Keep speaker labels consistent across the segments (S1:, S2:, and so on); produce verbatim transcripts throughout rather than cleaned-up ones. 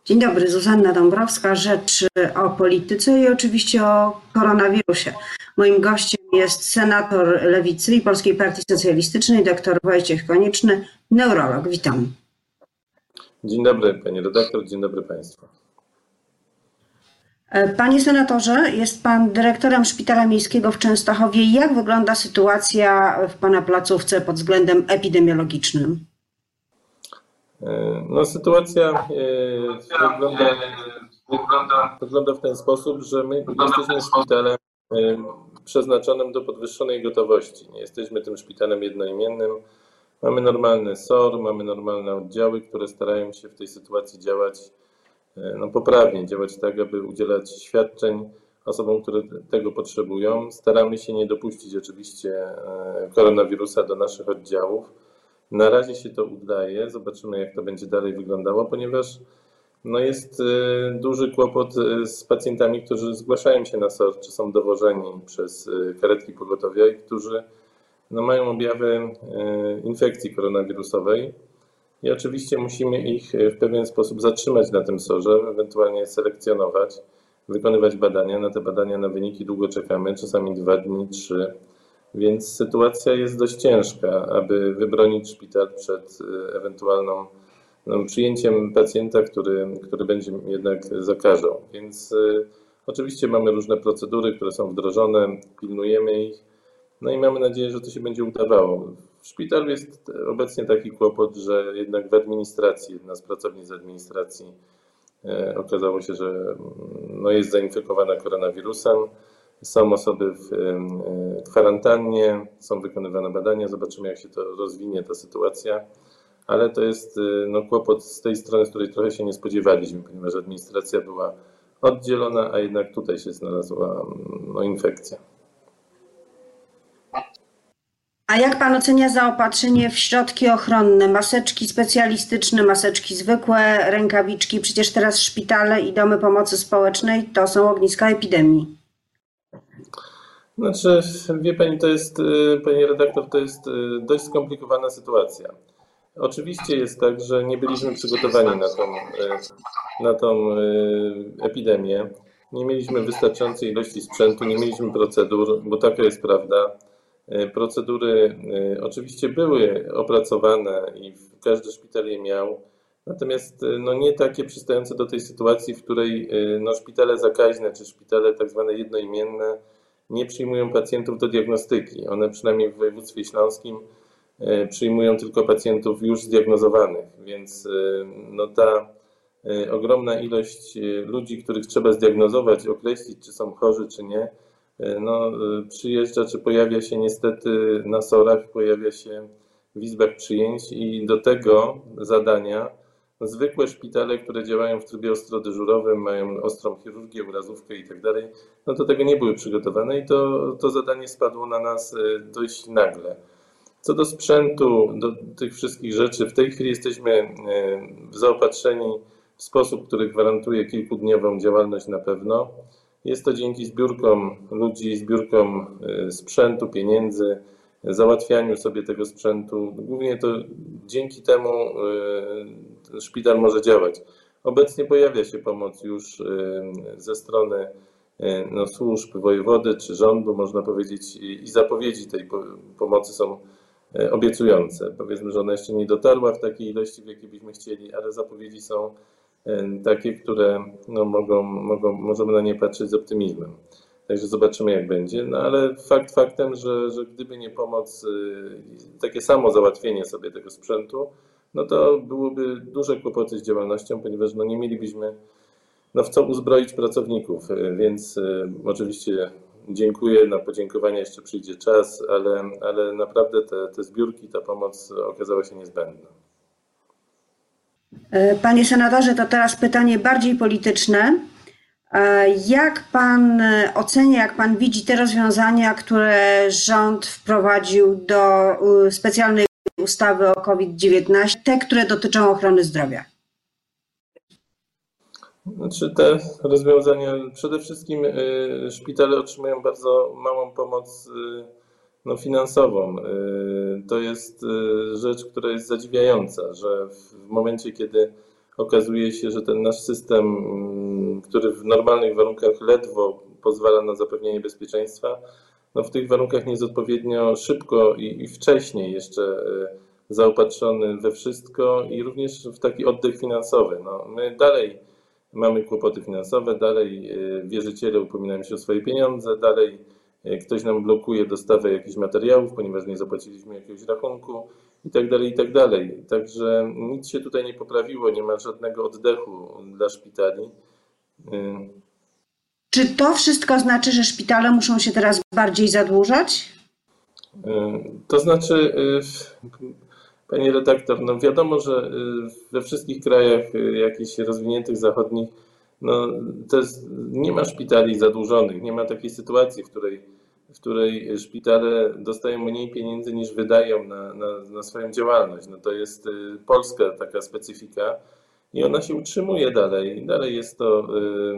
S1: Dzień dobry, Zuzanna Dąbrowska, Rzecz o polityce i oczywiście o koronawirusie. Moim gościem jest senator Lewicy i Polskiej Partii Socjalistycznej, dr Wojciech Konieczny, neurolog. Witam.
S2: Dzień dobry, pani redaktor, dzień dobry państwu.
S1: Panie senatorze, jest pan dyrektorem Szpitala Miejskiego w Częstochowie. Jak wygląda sytuacja w pana placówce pod względem epidemiologicznym?
S2: No, sytuacja wygląda, wygląda, wygląda w ten sposób, że my jesteśmy szpitalem przeznaczonym do podwyższonej gotowości. Nie jesteśmy tym szpitalem jednoimiennym. Mamy normalny S O R, mamy normalne oddziały, które starają się w tej sytuacji działać no, poprawnie, działać tak, aby udzielać świadczeń osobom, które tego potrzebują. Staramy się nie dopuścić oczywiście koronawirusa do naszych oddziałów. Na razie się to udaje, zobaczymy jak to będzie dalej wyglądało, ponieważ no jest duży kłopot z pacjentami, którzy zgłaszają się na S O R, czy są dowożeni przez karetki pogotowia i którzy no mają objawy infekcji koronawirusowej i oczywiście musimy ich w pewien sposób zatrzymać na tym S O R-ze, ewentualnie selekcjonować, wykonywać badania. Na te badania, na wyniki długo czekamy, czasami dwa dni, trzy. Więc sytuacja jest dość ciężka, aby wybronić szpital przed ewentualną no, przyjęciem pacjenta, który, który będzie jednak zakażał. Więc y, oczywiście mamy różne procedury, które są wdrożone, pilnujemy ich, no i mamy nadzieję, że to się będzie udawało. W szpitalu jest obecnie taki kłopot, że jednak w administracji, jedna z pracownic administracji y, okazało się, że no, jest zainfekowana koronawirusem. Są osoby w kwarantannie, są wykonywane badania, zobaczymy jak się to rozwinie ta sytuacja, ale to jest no, kłopot z tej strony, z której trochę się nie spodziewaliśmy, ponieważ administracja była oddzielona, a jednak tutaj się znalazła no, infekcja.
S1: A jak pan ocenia zaopatrzenie w środki ochronne, maseczki specjalistyczne, maseczki zwykłe, rękawiczki? Przecież teraz szpitale i domy pomocy społecznej to są ogniska epidemii.
S2: Znaczy, wie pani, to jest, pani redaktor, to jest dość skomplikowana sytuacja. Oczywiście jest tak, że nie byliśmy przygotowani na tą, na tą epidemię. Nie mieliśmy wystarczającej ilości sprzętu, nie mieliśmy procedur, bo taka jest prawda. Procedury oczywiście były opracowane i każdy szpital je miał, natomiast no, nie takie przystające do tej sytuacji, w której no, szpitale zakaźne czy szpitale tak zwane jednoimienne nie przyjmują pacjentów do diagnostyki. One przynajmniej w województwie śląskim przyjmują tylko pacjentów już zdiagnozowanych, więc no, ta ogromna ilość ludzi, których trzeba zdiagnozować, określić, czy są chorzy, czy nie, no, przyjeżdża, czy pojawia się niestety na S O R-ach, pojawia się w izbach przyjęć i do tego zadania zwykłe szpitale, które działają w trybie ostrodyżurowym, mają ostrą chirurgię, urazówkę i tak dalej, no do tego nie były przygotowane i to, to zadanie spadło na nas dość nagle. Co do sprzętu, do tych wszystkich rzeczy, w tej chwili jesteśmy zaopatrzeni w sposób, który gwarantuje kilkudniową działalność na pewno. Jest to dzięki zbiórkom ludzi, zbiórkom sprzętu, pieniędzy, załatwianiu sobie tego sprzętu. Głównie to dzięki temu szpital może działać. Obecnie pojawia się pomoc już ze strony no, służb wojewody czy rządu, można powiedzieć, i zapowiedzi tej pomocy są obiecujące. Powiedzmy, że ona jeszcze nie dotarła w takiej ilości, w jakiej byśmy chcieli, ale zapowiedzi są takie, które no, mogą, mogą, możemy na nie patrzeć z optymizmem. Także zobaczymy jak będzie, no ale fakt faktem, że, że gdyby nie pomoc, takie samo załatwienie sobie tego sprzętu, no to byłoby duże kłopoty z działalnością, ponieważ no nie mielibyśmy no w co uzbroić pracowników, więc oczywiście dziękuję, na podziękowania jeszcze przyjdzie czas, ale, ale naprawdę te, te zbiórki, ta pomoc okazała się niezbędna.
S1: Panie senatorze, to teraz pytanie bardziej polityczne. Jak pan ocenia, jak pan widzi te rozwiązania, które rząd wprowadził do specjalnej ustawy o COVID dziewiętnaście, te, które dotyczą ochrony zdrowia?
S2: Znaczy te rozwiązania, przede wszystkim szpitale otrzymują bardzo małą pomoc no, finansową. To jest rzecz, która jest zadziwiająca, że w momencie, kiedy okazuje się, że ten nasz system, który w normalnych warunkach ledwo pozwala na zapewnienie bezpieczeństwa, no w tych warunkach nie jest odpowiednio szybko i, i wcześniej jeszcze zaopatrzony we wszystko i również w taki oddech finansowy. No, my dalej mamy kłopoty finansowe, dalej wierzyciele upominają się o swoje pieniądze, dalej ktoś nam blokuje dostawę jakichś materiałów, ponieważ nie zapłaciliśmy jakiegoś rachunku i tak dalej, i tak dalej. Także nic się tutaj nie poprawiło, nie ma żadnego oddechu dla szpitali.
S1: Czy to wszystko znaczy, że szpitale muszą się teraz bardziej zadłużać?
S2: To znaczy, pani redaktor, no wiadomo, że we wszystkich krajach jakichś rozwiniętych zachodnich no, to jest, nie ma szpitali zadłużonych, nie ma takiej sytuacji, w której, w której szpitale dostają mniej pieniędzy niż wydają na, na, na swoją działalność. No to jest polska taka specyfika i ona się utrzymuje dalej. Dalej jest to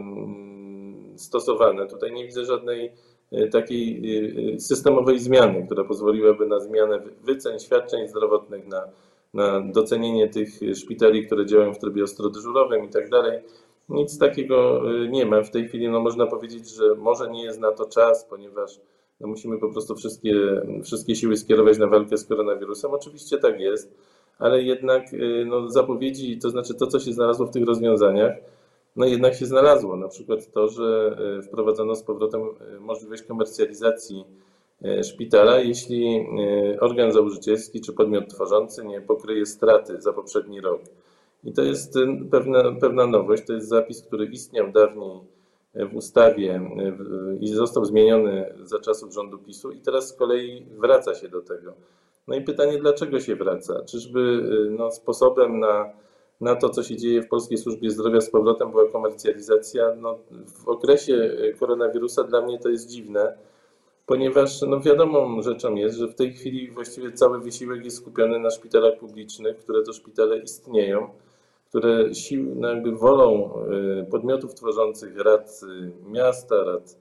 S2: stosowane. Tutaj nie widzę żadnej takiej systemowej zmiany, która pozwoliłaby na zmianę wycen świadczeń zdrowotnych, na, na docenienie tych szpitali, które działają w trybie ostrodyżurowym i tak dalej. Nic takiego nie ma. W tej chwili no, można powiedzieć, że może nie jest na to czas, ponieważ no, musimy po prostu wszystkie, wszystkie siły skierować na walkę z koronawirusem. Oczywiście tak jest, ale jednak no, zapowiedzi, to znaczy to, co się znalazło w tych rozwiązaniach, no jednak się znalazło. Na przykład to, że wprowadzono z powrotem możliwość komercjalizacji szpitala, jeśli organ założycielski czy podmiot tworzący nie pokryje straty za poprzedni rok. I to jest pewna, pewna nowość, to jest zapis, który istniał dawniej w ustawie i został zmieniony za czasów rządu PiSu i teraz z kolei wraca się do tego. No i pytanie, dlaczego się wraca? Czyżby no, sposobem na, na to, co się dzieje w Polskiej Służbie Zdrowia z powrotem była komercjalizacja? No, w okresie koronawirusa dla mnie to jest dziwne, ponieważ no, wiadomą rzeczą jest, że w tej chwili właściwie cały wysiłek jest skupiony na szpitalach publicznych, które to szpitale istnieją, które sił, no jakby wolą podmiotów tworzących, rad miasta, rad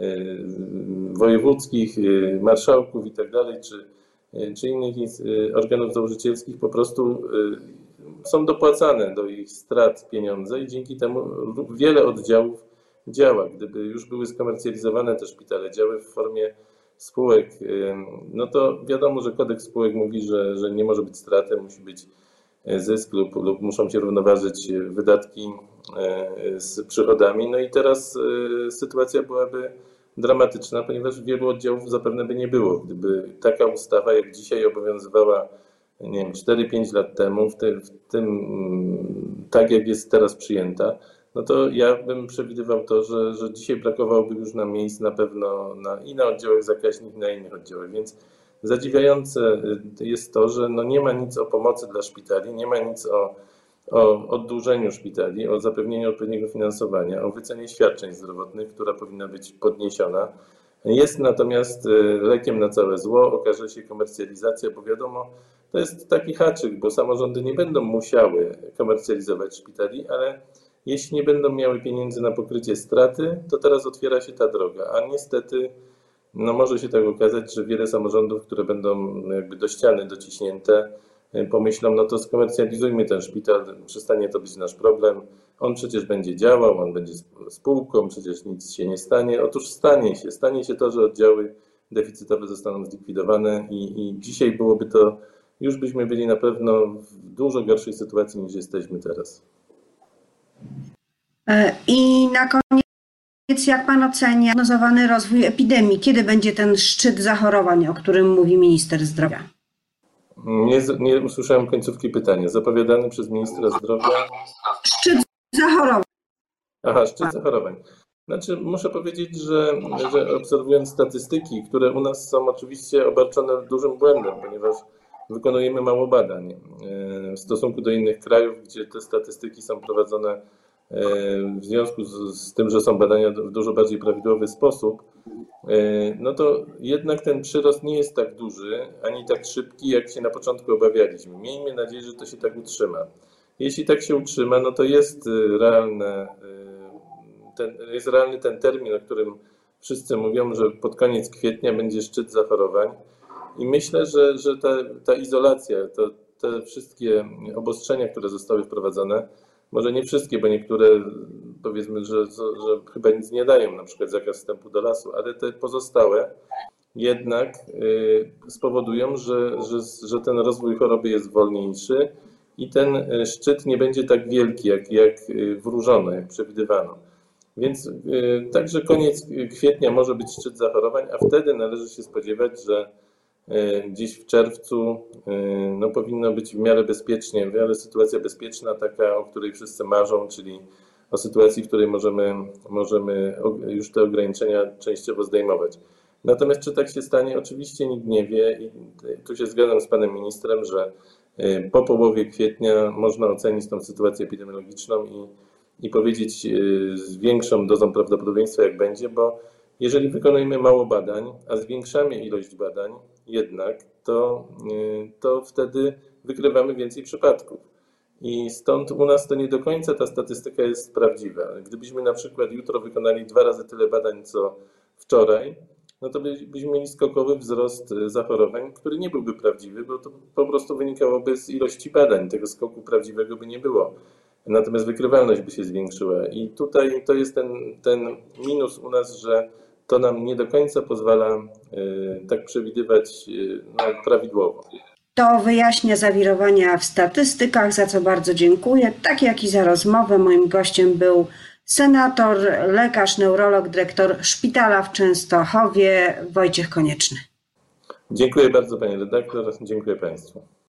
S2: wojewódzkich, marszałków i tak dalej, czy, czy innych organów założycielskich po prostu są dopłacane do ich strat pieniądze i dzięki temu wiele oddziałów działa. Gdyby już były skomercjalizowane te szpitale, działy w formie spółek, no to wiadomo, że kodeks spółek mówi, że, że nie może być straty, musi być zysk lub, lub muszą się równoważyć wydatki z przychodami. No i teraz sytuacja byłaby dramatyczna, ponieważ wielu oddziałów zapewne by nie było. Gdyby taka ustawa jak dzisiaj obowiązywała, nie wiem, cztery pięć lat temu, w tym, w tym tak jak jest teraz przyjęta, no to ja bym przewidywał to, że, że dzisiaj brakowałoby już nam miejsc na pewno na, i na oddziałach zakaźnych, i na innych oddziałach, więc zadziwiające jest to, że no nie ma nic o pomocy dla szpitali, nie ma nic o, o oddłużeniu szpitali, o zapewnieniu odpowiedniego finansowania, o wycenie świadczeń zdrowotnych, która powinna być podniesiona. Jest natomiast lekiem na całe zło, okaże się komercjalizacja, bo wiadomo, to jest taki haczyk, bo samorządy nie będą musiały komercjalizować szpitali, ale jeśli nie będą miały pieniędzy na pokrycie straty, to teraz otwiera się ta droga, a niestety no może się tak okazać, że wiele samorządów, które będą jakby do ściany dociśnięte, pomyślą, no to skomercjalizujmy ten szpital, przestanie to być nasz problem, on przecież będzie działał, on będzie spółką, przecież nic się nie stanie. Otóż stanie się, stanie się to, że oddziały deficytowe zostaną zlikwidowane i, i dzisiaj byłoby to, już byśmy byli na pewno w dużo gorszej sytuacji niż jesteśmy teraz.
S1: I na koniec, jak pan ocenia prognozowany rozwój epidemii? Kiedy będzie ten szczyt zachorowań, o którym mówi minister zdrowia?
S2: Nie, nie usłyszałem końcówki pytania. Zapowiadany przez ministra zdrowia...
S1: Szczyt zachorowań.
S2: Aha, szczyt zachorowań. Znaczy, muszę powiedzieć, że, że obserwując statystyki, które u nas są oczywiście obarczone dużym błędem, ponieważ wykonujemy mało badań w stosunku do innych krajów, gdzie te statystyki są prowadzone w związku z, z tym, że są badania w dużo bardziej prawidłowy sposób, no to jednak ten przyrost nie jest tak duży, ani tak szybki, jak się na początku obawialiśmy. Miejmy nadzieję, że to się tak utrzyma. Jeśli tak się utrzyma, no to jest realne, ten, jest realny ten termin, o którym wszyscy mówią, że pod koniec kwietnia będzie szczyt zachorowań i myślę, że, że ta, ta izolacja, to, te wszystkie obostrzenia, które zostały wprowadzone, może nie wszystkie, bo niektóre powiedzmy, że, że chyba nic nie dają, na przykład zakaz wstępu do lasu, ale te pozostałe jednak spowodują, że, że, że ten rozwój choroby jest wolniejszy i ten szczyt nie będzie tak wielki, jak, jak wróżono, jak przewidywano. Więc także koniec kwietnia może być szczyt zachorowań, a wtedy należy się spodziewać, że gdzieś w czerwcu no, powinno być w miarę bezpiecznie, w miarę sytuacja bezpieczna, taka, o której wszyscy marzą, czyli o sytuacji, w której możemy, możemy już te ograniczenia częściowo zdejmować. Natomiast czy tak się stanie? Oczywiście nikt nie wie i tu się zgadzam z panem ministrem, że po połowie kwietnia można ocenić tą sytuację epidemiologiczną i, i powiedzieć z większą dozą prawdopodobieństwa, jak będzie, bo jeżeli wykonujemy mało badań, a zwiększamy ilość badań jednak, to, to wtedy wykrywamy więcej przypadków. I stąd u nas to nie do końca ta statystyka jest prawdziwa. Gdybyśmy na przykład jutro wykonali dwa razy tyle badań, co wczoraj, no to byśmy mieli skokowy wzrost zachorowań, który nie byłby prawdziwy, bo to po prostu wynikałoby z ilości badań. Tego skoku prawdziwego by nie było. Natomiast wykrywalność by się zwiększyła. I tutaj to jest ten, ten minus u nas, że to nam nie do końca pozwala y, tak przewidywać y, no, prawidłowo.
S1: To wyjaśnia zawirowania w statystykach, za co bardzo dziękuję. Tak jak i za rozmowę. Moim gościem był senator, lekarz, neurolog, dyrektor szpitala w Częstochowie Wojciech Konieczny.
S2: Dziękuję bardzo, panie redaktor. Dziękuję państwu.